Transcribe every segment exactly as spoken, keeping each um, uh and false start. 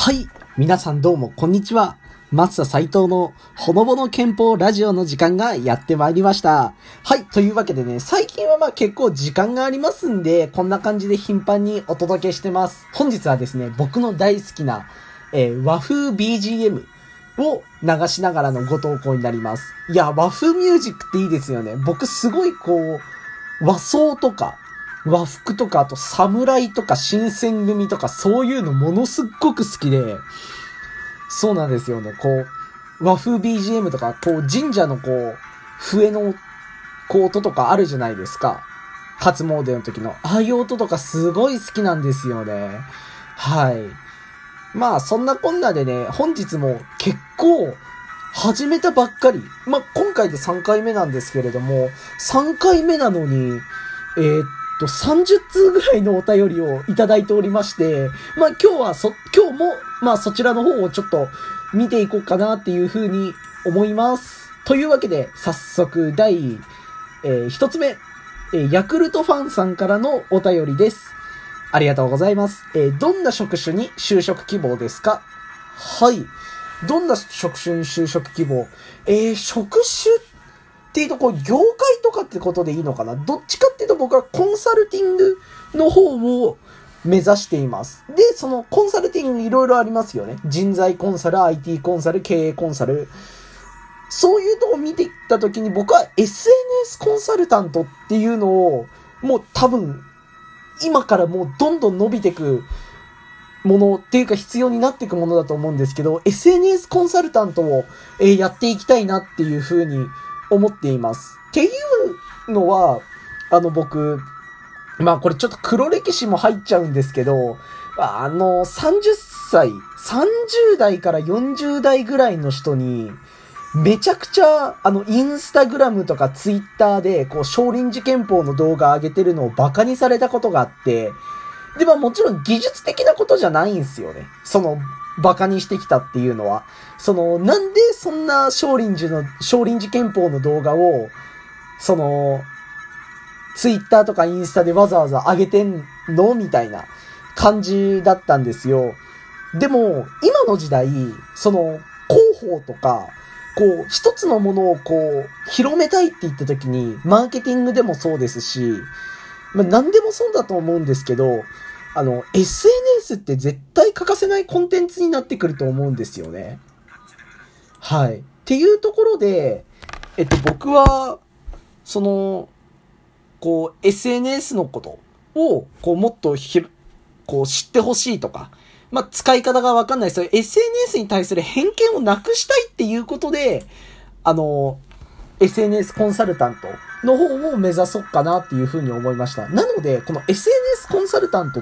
はい。皆さんどうも、こんにちは。松田斉藤のほのぼの憲法ラジオの時間がやってまいりました。はい。というわけでね、最近はまあ結構時間がありますんで、こんな感じで頻繁にお届けしてます。本日はですね、僕の大好きな、えー、和風 ビージーエム を流しながらのご投稿になります。いや、和風ミュージックっていいですよね。僕すごいこう、和装とか、和服とか、あと侍とか新選組とかそういうのものすっごく好きで、そうなんですよね。こう、和風 ビージーエム とか、こう神社のこう、笛のこう音とかあるじゃないですか。初詣の時の。ああいう音とかすごい好きなんですよね。はい。まあそんなこんなでね、本日も結構始めたばっかり。まあ今回でさんかいめなんですけれども、さんかいめなのに、えー、っと、さんじゅっつうぐらいのお便りをいただいておりまして、まあ今日はそ、今日も、まあそちらの方をちょっと見ていこうかなっていうふうに思います。というわけで、早速第、えー、一つ目、えー、ヤクルトファンさんからのお便りです。ありがとうございます。えー、どんな職種に就職希望ですか？はい。どんな職種に就職希望？えー、職種っていうと、こう、業界とかってことでいいのかな？どっちかっていうと僕はコンサルティングの方を目指しています。で、そのコンサルティングいろいろありますよね。人材コンサル、アイティー コンサル、経営コンサル。そういうとこ見ていったときに僕は エスエヌエス コンサルタントっていうのをもう多分今からもうどんどん伸びていくものっていうか必要になっていくものだと思うんですけど、 エスエヌエス コンサルタントを、えー、やっていきたいなっていうふうに思っています。っていうのは、あの僕、まあこれちょっと黒歴史も入っちゃうんですけど、あのさんじゅっさい、さんじゅう代からよんじゅう代ぐらいの人に、めちゃくちゃ、あの、インスタグラムとかツイッターで、こう、少林寺拳法の動画上げてるのをバカにされたことがあって、で、まあもちろん技術的なことじゃないんですよね。その、バカにしてきたっていうのは。その、なんでそんな少林寺の、少林寺拳法の動画を、その、ツイッターとかインスタでわざわざ上げてんのみたいな感じだったんですよ。でも、今の時代、その、広報とか、こう、一つのものをこう、広めたいって言った時に、マーケティングでもそうですし、まあ何でもそうだと思うんですけど、あの、エスエヌエス って絶対欠かせないコンテンツになってくると思うんですよね。はい。っていうところで、えっと、僕は、その、こう、エスエヌエス のことを、こう、もっとひ、こう、知ってほしいとか、まあ、使い方がわかんないですけど、エスエヌエス に対する偏見をなくしたいっていうことで、あの、エスエヌエス コンサルタントの方を目指そうかなっていうふうに思いました。なので、この エスエヌエス コンサルタントって、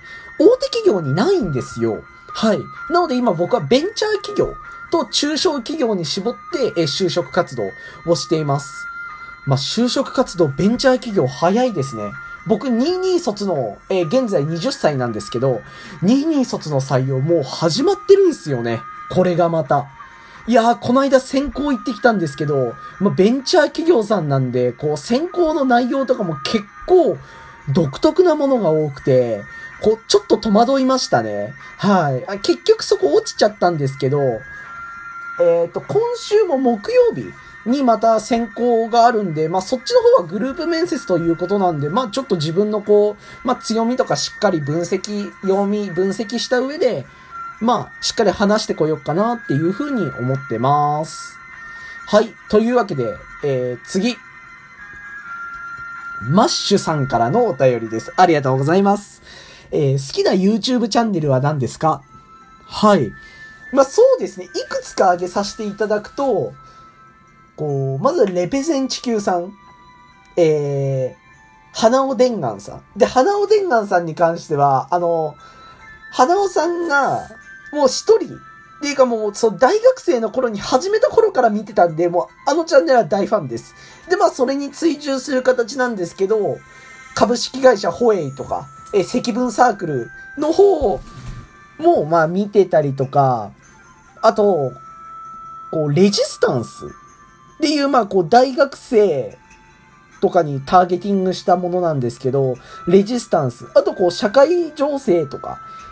大手企業にないんですよ。はい。なので今僕はベンチャー企業と中小企業に絞って、え就職活動をしています。まあ、就職活動、ベンチャー企業早いですね。僕にじゅうに卒の、えー、現在はたちなんですけど、にじゅうに卒の採用もう始まってるんですよね。これがまた。いやー、この間選考行ってきたんですけど、まあ、ベンチャー企業さんなんで、こう、選考の内容とかも結構独特なものが多くて、こう、ちょっと戸惑いましたね。はい。あ、結局そこ落ちちゃったんですけど、えっと、今週も木曜日にまた選考があるんで、まあ、そっちの方はグループ面接ということなんで、まあ、ちょっと自分のこう、まあ、強みとかしっかり分析、読み、分析した上で、まあ、しっかり話してこようかなっていうふうに思ってます。はい。というわけで、えー、次。マッシュさんからのお便りです。ありがとうございます。えー、好きな YouTube チャンネルは何ですか？はい。まあ、そうですね。いくつか挙げさせていただくと、こう、まずレペゼン地球さん。えー、花尾伝願さん。で、花尾伝願さんに関しては、あの、花尾さんが、もう一人、っていうかもう、そう、大学生の頃に始めた頃から見てたんで、もう、あのチャンネルは大ファンです。で、まあ、それに追従する形なんですけど、株式会社ホエイとか、え、積分サークルの方も、まあ、見てたりとか、あと、こう、レジスタンスっていう、まあ、こう、大学生とかにターゲティングしたものなんですけど、レジスタンス、あとこう、社会情勢とか、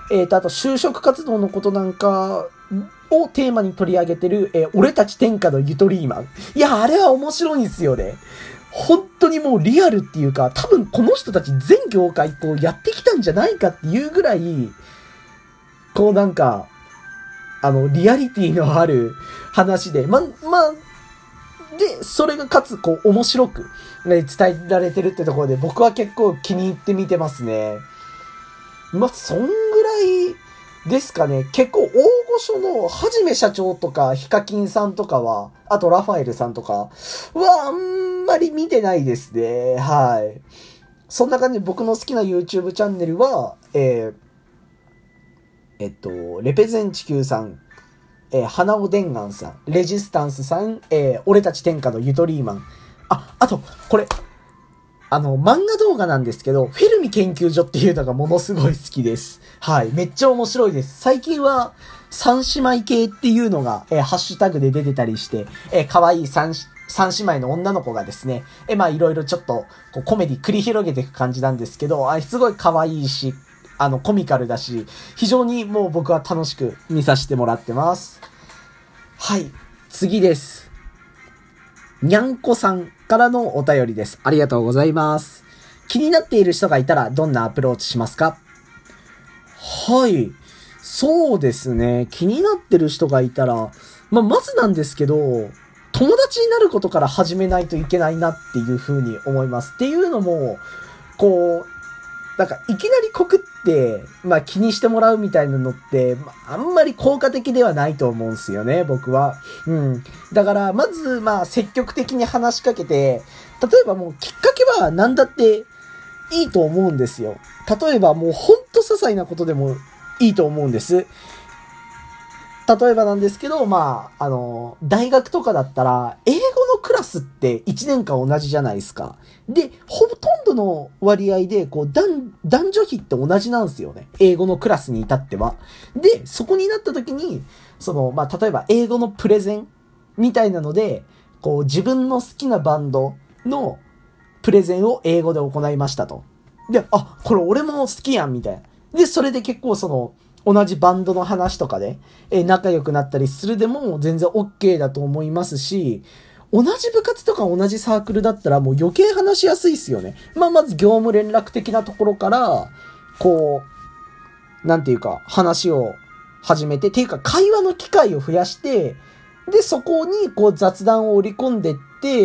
えっと、あと就職活動のことなんかをテーマに取り上げてる、えー、俺たち天下のゆとりーマン。いや、あれは面白いんですよね。本当にもうリアルっていうか、多分この人たち全業界こうやってきたんじゃないかっていうぐらい、こうなんか、あの、リアリティのある話で、ま、まあ、で、それがかつ、こう、面白く、ね、伝えられてるってところで、僕は結構気に入って見てますね。まあ、そんぐらいですかね。結構、大御所の、はじめ社長とか、ヒカキンさんとかは、あと、ラファエルさんとかは、あんまり見てないですね。はい。そんな感じで、僕の好きな YouTube チャンネルは、えー、えっと、レペゼン地球さん、えー、花尾伝願さん、レジスタンスさん、えー、俺たち天下のゆとりーマン。あ、あと、これ、あの、漫画動画なんですけど、フェルミ研究所っていうのがものすごい好きです。はい。めっちゃ面白いです。最近は、三姉妹系っていうのが、えー、ハッシュタグで出てたりして、えー、可愛い三、三姉妹の女の子がですね、えー、まあいろいろちょっと、こうコメディ繰り広げていく感じなんですけど、あ、すごい可愛いし、あの、コミカルだし、非常にもう僕は楽しく見させてもらってます。はい、次です。にゃんこさんからのお便りです。ありがとうございます。気になっている人がいたらどんなアプローチしますか？はい、そうですね。気になってる人がいたら、まあ、まずなんですけど、友達になることから始めないといけないなっていうふうに思います。っていうのも、こう、なんか、いきなり告って、まあ気にしてもらうみたいなのって、まあ、あんまり効果的ではないと思うんですよね、僕は。うん。だから、まず、まあ積極的に話しかけて、例えばもうきっかけは何だっていいと思うんですよ。例えばもうほんと些細なことでもいいと思うんです。例えばなんですけど、まあ、あの、大学とかだったら、英語のクラスっていちねんかん同じじゃないですか。で、ほとんどの割合で、こう、男、男女比って同じなんですよね。英語のクラスに至っては。で、そこになった時に、その、まあ、例えば英語のプレゼンみたいなので、こう、自分の好きなバンドのプレゼンを英語で行いましたと。で、あ、これ俺も好きやん、みたいな。で、それで結構その、同じバンドの話とかで、えー、仲良くなったりするでも全然 OK だと思いますし、同じ部活とか同じサークルだったらもう余計話しやすいっすよね。まあ、まず業務連絡的なところから、こう、なんていうか、話を始めて、ていうか会話の機会を増やして、で、そこにこう雑談を織り込んでって、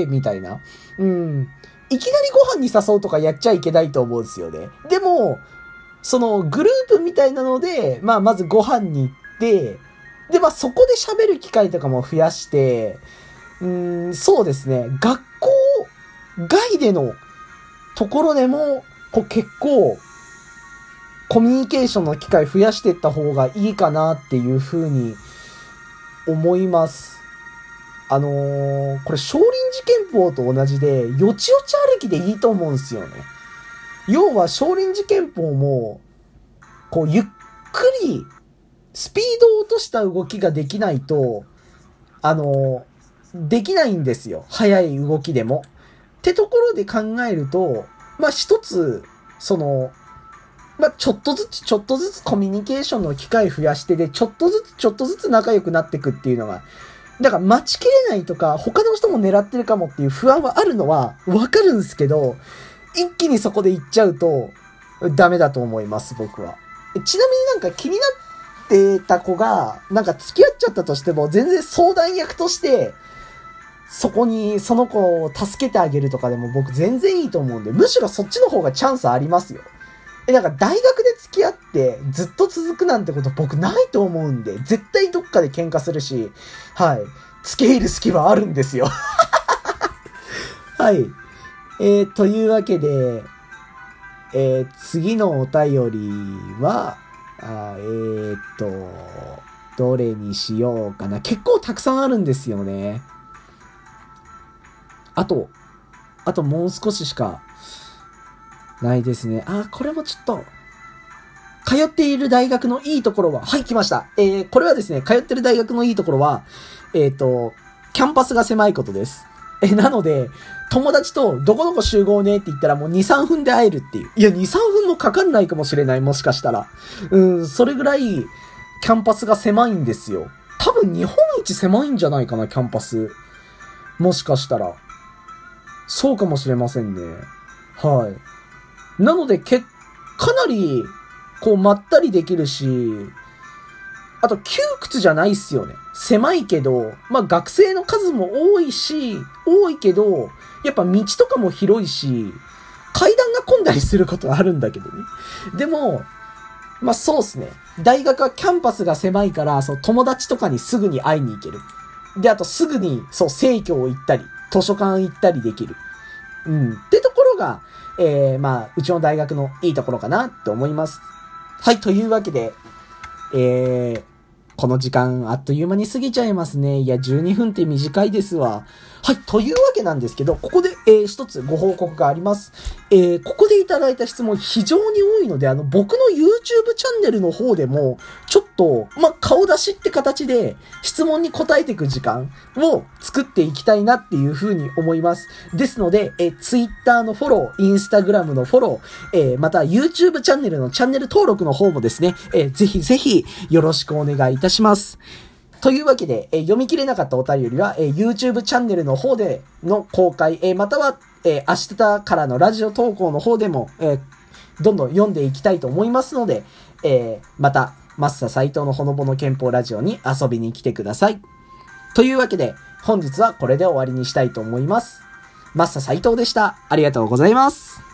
みたいな。うん。いきなりご飯に誘うとかやっちゃいけないと思うんですよね。でも、そのグループみたいなので、まあまずご飯に行って、でまあそこで喋る機会とかも増やして、うーん、そうですね、学校外でのところでも、こう結構、コミュニケーションの機会増やしていった方がいいかなっていうふうに思います。あのー、これ少林寺拳法と同じで、よちよち歩きでいいと思うんですよね。要は少林寺拳法も、こうゆっくりスピードを落とした動きができないと、あの、できないんですよ。速い動きでも。ってところで考えると、まあ一つ、その、まあちょっとずつちょっとずつコミュニケーションの機会増やしてで、ちょっとずつちょっとずつ仲良くなっていくっていうのが、だから待ちきれないとか、他の人も狙ってるかもっていう不安はあるのはわかるんですけど、一気にそこで行っちゃうとダメだと思います、僕は。ちなみになんか気になってた子がなんか付き合っちゃったとしても全然相談役としてそこにその子を助けてあげるとかでも僕全然いいと思うんで、むしろそっちの方がチャンスありますよ。え、なんか大学で付き合ってずっと続くなんてこと僕ないと思うんで、絶対どっかで喧嘩するし、はい。付け入る隙はあるんですよ。はい。えー、というわけで、えー、次のお便りは、あえー、っと、どれにしようかな。結構たくさんあるんですよね。あと、あともう少ししかないですね。あ、これもちょっと、通っている大学のいいところは、はい、来ました。えー、これはですね、通ってる大学のいいところは、えー、っと、キャンパスが狭いことです。え、なので、 友達とどこどこ集合ねって言ったらもうに、さんぷんで会えるっていう。いや、に、さんぷんもかかんないかもしれない、もしかしたら。うん、それぐらい、キャンパスが狭いんですよ。多分日本一狭いんじゃないかな、キャンパス。もしかしたら。そうかもしれませんね。はい。なので、け、かなり、こう、まったりできるし、あと、窮屈じゃないっすよね。狭いけど、まあ、学生の数も多いし、多いけど、やっぱ道とかも広いし、階段が混んだりすることはあるんだけどね。でも、まあ、そうっすね。大学はキャンパスが狭いから、そう、友達とかにすぐに会いに行ける。で、あとすぐに、そう、生協行ったり、図書館行ったりできる。うん。ってところが、えー、まあ、うちの大学のいいところかなって思います。はい、というわけで、えー、この時間あっという間に過ぎちゃいますね。いや、じゅうにふんって短いですわ。はい、というわけなんですけど、ここで、えー、一つご報告があります。えー、ここでいただいた質問非常に多いので、あの、僕の YouTube チャンネルの方でも、ちょっと、ま、顔出しって形で、質問に答えていく時間を作っていきたいなっていうふうに思います。ですので、えー、Twitter のフォロー、Instagram のフォロー、えー、また YouTube チャンネルのチャンネル登録の方もですね、えー、ぜひぜひよろしくお願いいたします。というわけで、えー、読み切れなかったお便りは、えー、YouTube チャンネルの方での公開、えー、または、えー、明日からのラジオ投稿の方でも、えー、どんどん読んでいきたいと思いますので、えー、また、マッサ斎藤のほのぼの憲法ラジオに遊びに来てください。というわけで、本日はこれで終わりにしたいと思います。マッサ斎藤でした。ありがとうございます。